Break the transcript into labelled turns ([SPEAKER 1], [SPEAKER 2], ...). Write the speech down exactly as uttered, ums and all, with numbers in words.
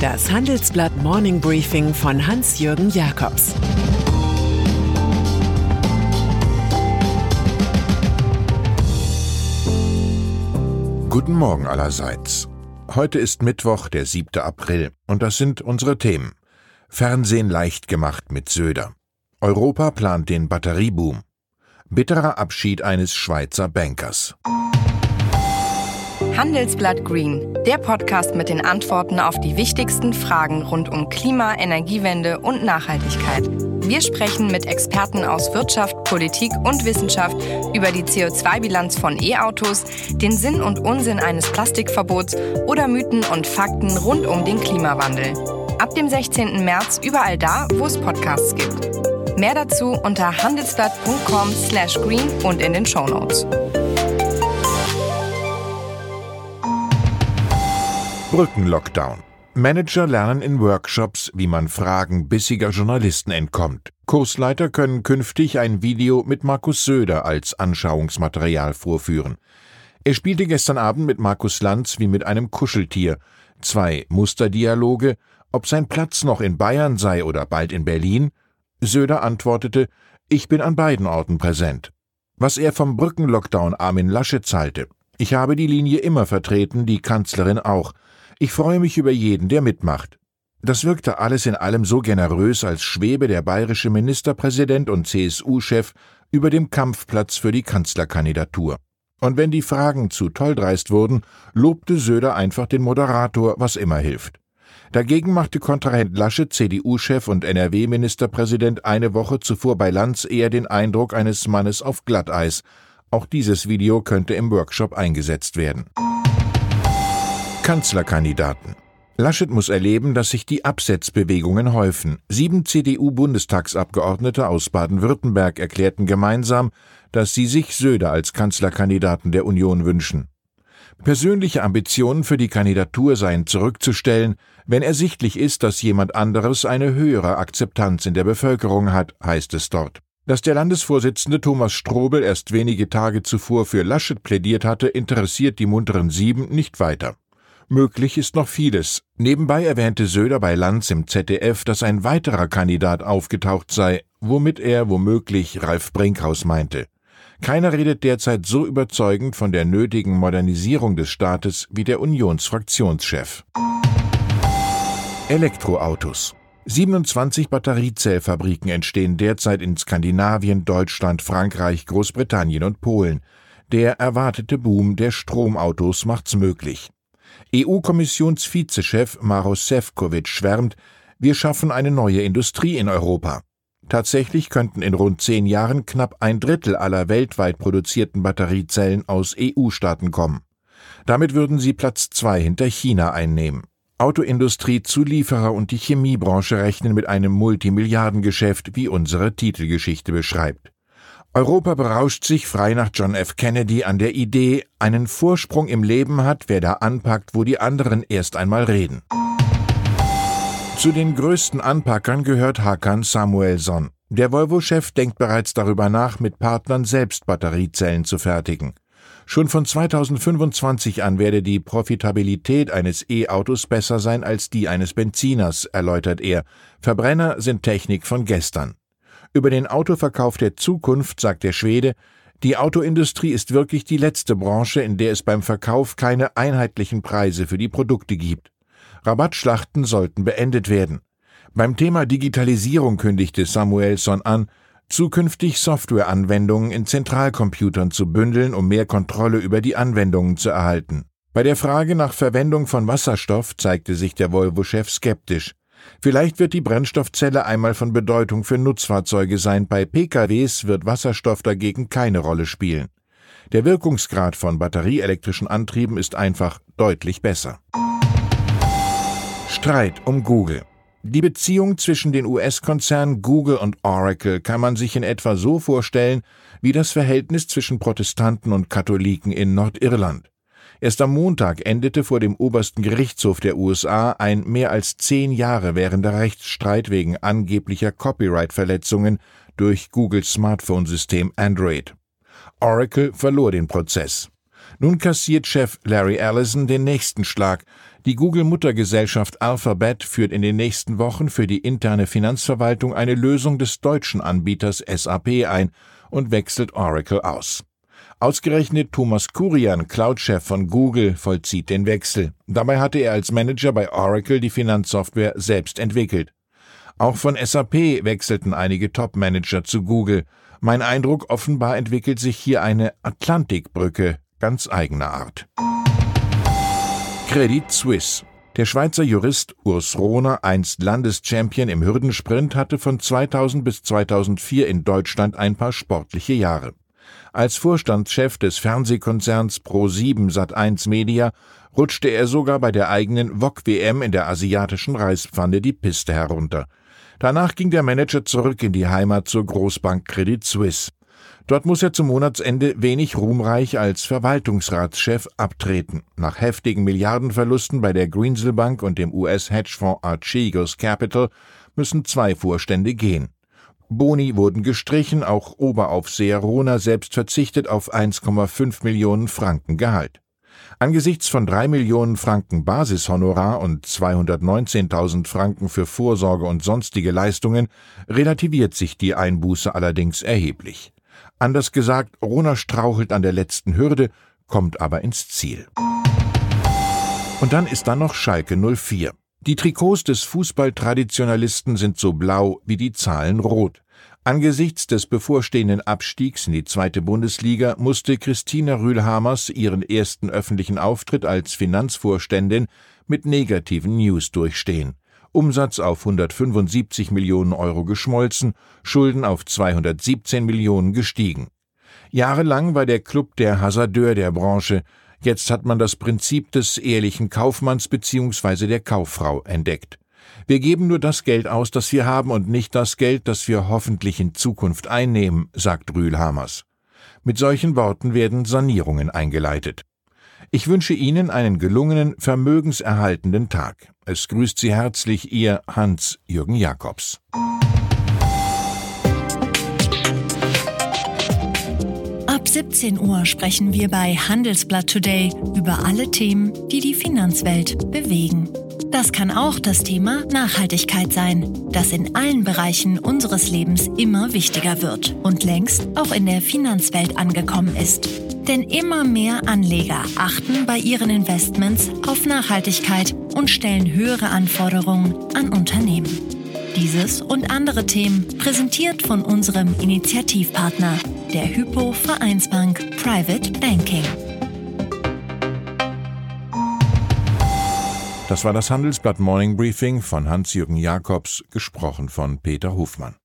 [SPEAKER 1] Das Handelsblatt Morning Briefing von Hans-Jürgen Jakobs.
[SPEAKER 2] Guten Morgen allerseits. Heute ist Mittwoch, der siebte April, und das sind unsere Themen. Fernsehen leicht gemacht mit Söder. Europa plant den Batterieboom. Bitterer Abschied eines Schweizer Bankers.
[SPEAKER 3] Handelsblatt Green, der Podcast mit den Antworten auf die wichtigsten Fragen rund um Klima, Energiewende und Nachhaltigkeit. Wir sprechen mit Experten aus Wirtschaft, Politik und Wissenschaft über die C O zwei Bilanz von E-Autos, den Sinn und Unsinn eines Plastikverbots oder Mythen und Fakten rund um den Klimawandel. Ab dem sechzehnten März überall da, wo es Podcasts gibt. Mehr dazu unter handelsblatt punkt com slash green und in den Shownotes.
[SPEAKER 2] Brückenlockdown. Manager lernen in Workshops, wie man Fragen bissiger Journalisten entkommt. Kursleiter können künftig ein Video mit Markus Söder als Anschauungsmaterial vorführen. Er spielte gestern Abend mit Markus Lanz wie mit einem Kuscheltier. Zwei Musterdialoge, ob sein Platz noch in Bayern sei oder bald in Berlin. Söder antwortete, ich bin an beiden Orten präsent. Was er vom Brückenlockdown Armin Laschet halte. Ich habe die Linie immer vertreten, die Kanzlerin auch. Ich freue mich über jeden, der mitmacht. Das wirkte alles in allem so generös, als schwebe der bayerische Ministerpräsident und C S U-Chef über dem Kampfplatz für die Kanzlerkandidatur. Und wenn die Fragen zu tolldreist wurden, lobte Söder einfach den Moderator, was immer hilft. Dagegen machte Kontrahent Laschet, C D U-Chef und N R W-Ministerpräsident, eine Woche zuvor bei Lanz eher den Eindruck eines Mannes auf Glatteis. Auch dieses Video könnte im Workshop eingesetzt werden. Kanzlerkandidaten. Laschet muss erleben, dass sich die Absetzbewegungen häufen. Sieben C D U-Bundestagsabgeordnete aus Baden-Württemberg erklärten gemeinsam, dass sie sich Söder als Kanzlerkandidaten der Union wünschen. Persönliche Ambitionen für die Kandidatur seien zurückzustellen, wenn ersichtlich ist, dass jemand anderes eine höhere Akzeptanz in der Bevölkerung hat, heißt es dort. Dass der Landesvorsitzende Thomas Strobel erst wenige Tage zuvor für Laschet plädiert hatte, interessiert die munteren Sieben nicht weiter. Möglich ist noch vieles. Nebenbei erwähnte Söder bei Lanz im Z D F, dass ein weiterer Kandidat aufgetaucht sei, womit er womöglich Ralf Brinkhaus meinte. Keiner redet derzeit so überzeugend von der nötigen Modernisierung des Staates wie der Unionsfraktionschef. Elektroautos. siebenundzwanzig Batteriezellfabriken entstehen derzeit in Skandinavien, Deutschland, Frankreich, Großbritannien und Polen. Der erwartete Boom der Stromautos macht's möglich. E U-Kommissionsvizechef Maroš Šefčovič schwärmt, wir schaffen eine neue Industrie in Europa. Tatsächlich könnten in rund zehn Jahren knapp ein Drittel aller weltweit produzierten Batteriezellen aus E U-Staaten kommen. Damit würden sie Platz zwei hinter China einnehmen. Autoindustrie, Zulieferer und die Chemiebranche rechnen mit einem Multimilliardengeschäft, wie unsere Titelgeschichte beschreibt. Europa berauscht sich, frei nach John F. Kennedy, an der Idee, einen Vorsprung im Leben hat, wer da anpackt, wo die anderen erst einmal reden. Zu den größten Anpackern gehört Hakan Samuelsson. Der Volvo-Chef denkt bereits darüber nach, mit Partnern selbst Batteriezellen zu fertigen. Schon von zweitausendfünfundzwanzig an werde die Profitabilität eines E-Autos besser sein als die eines Benziners, erläutert er. Verbrenner sind Technik von gestern. Über den Autoverkauf der Zukunft sagt der Schwede, die Autoindustrie ist wirklich die letzte Branche, in der es beim Verkauf keine einheitlichen Preise für die Produkte gibt. Rabattschlachten sollten beendet werden. Beim Thema Digitalisierung kündigte Samuelsson an, zukünftig Softwareanwendungen in Zentralcomputern zu bündeln, um mehr Kontrolle über die Anwendungen zu erhalten. Bei der Frage nach Verwendung von Wasserstoff zeigte sich der Volvo-Chef skeptisch. Vielleicht wird die Brennstoffzelle einmal von Bedeutung für Nutzfahrzeuge sein, bei P K Ws wird Wasserstoff dagegen keine Rolle spielen. Der Wirkungsgrad von batterieelektrischen Antrieben ist einfach deutlich besser. Streit um Google. Die Beziehung zwischen den U S-Konzernen Google und Oracle kann man sich in etwa so vorstellen wie das Verhältnis zwischen Protestanten und Katholiken in Nordirland. Erst am Montag endete vor dem obersten Gerichtshof der U S A ein mehr als zehn Jahre währender Rechtsstreit wegen angeblicher Copyright-Verletzungen durch Googles Smartphone-System Android. Oracle verlor den Prozess. Nun kassiert Chef Larry Ellison den nächsten Schlag. Die Google-Muttergesellschaft Alphabet führt in den nächsten Wochen für die interne Finanzverwaltung eine Lösung des deutschen Anbieters S A P ein und wechselt Oracle aus. Ausgerechnet Thomas Kurian, Cloud-Chef von Google, vollzieht den Wechsel. Dabei hatte er als Manager bei Oracle die Finanzsoftware selbst entwickelt. Auch von S A P wechselten einige Top-Manager zu Google. Mein Eindruck, offenbar entwickelt sich hier eine Atlantikbrücke ganz eigener Art. Credit Suisse. Der Schweizer Jurist Urs Rohner, einst Landeschampion im Hürdensprint, hatte von zweitausend bis zweitausendvier in Deutschland ein paar sportliche Jahre. Als Vorstandschef des Fernsehkonzerns Pro sieben Sat eins Media rutschte er sogar bei der eigenen V O G W M in der asiatischen Reispfanne die Piste herunter. Danach ging der Manager zurück in die Heimat zur Großbank Credit Suisse. Dort muss er zum Monatsende wenig ruhmreich als Verwaltungsratschef abtreten. Nach heftigen Milliardenverlusten bei der Greensill Bank und dem U S-Hedgefonds Archegos Capital müssen zwei Vorstände gehen. Boni wurden gestrichen, auch Oberaufseher Rohner selbst verzichtet auf eins Komma fünf Millionen Franken Gehalt. Angesichts von drei Millionen Franken Basishonorar und zweihundertneunzehntausend Franken für Vorsorge und sonstige Leistungen relativiert sich die Einbuße allerdings erheblich. Anders gesagt, Rohner strauchelt an der letzten Hürde, kommt aber ins Ziel. Und dann ist da noch Schalke null vier. Die Trikots des Fußballtraditionalisten sind so blau wie die Zahlen rot. Angesichts des bevorstehenden Abstiegs in die zweite Bundesliga musste Christina Rühl-Hamers ihren ersten öffentlichen Auftritt als Finanzvorständin mit negativen News durchstehen. Umsatz auf hundertfünfundsiebzig Millionen Euro geschmolzen, Schulden auf zweihundertsiebzehn Millionen gestiegen. Jahrelang war der Club der Hasardeur der Branche. Jetzt hat man das Prinzip des ehrlichen Kaufmanns bzw. der Kauffrau entdeckt. Wir geben nur das Geld aus, das wir haben und nicht das Geld, das wir hoffentlich in Zukunft einnehmen, sagt Rühl-Hamers. Mit solchen Worten werden Sanierungen eingeleitet. Ich wünsche Ihnen einen gelungenen, vermögenserhaltenden Tag. Es grüßt Sie herzlich Ihr Hans-Jürgen Jakobs.
[SPEAKER 4] Ab siebzehn Uhr sprechen wir bei Handelsblatt Today über alle Themen, die die Finanzwelt bewegen. Das kann auch das Thema Nachhaltigkeit sein, das in allen Bereichen unseres Lebens immer wichtiger wird und längst auch in der Finanzwelt angekommen ist. Denn immer mehr Anleger achten bei ihren Investments auf Nachhaltigkeit und stellen höhere Anforderungen an Unternehmen. Dieses und andere Themen präsentiert von unserem Initiativpartner, der Hypo Vereinsbank Private Banking.
[SPEAKER 2] Das war das Handelsblatt Morning Briefing von Hans-Jürgen Jakobs, gesprochen von Peter Hofmann.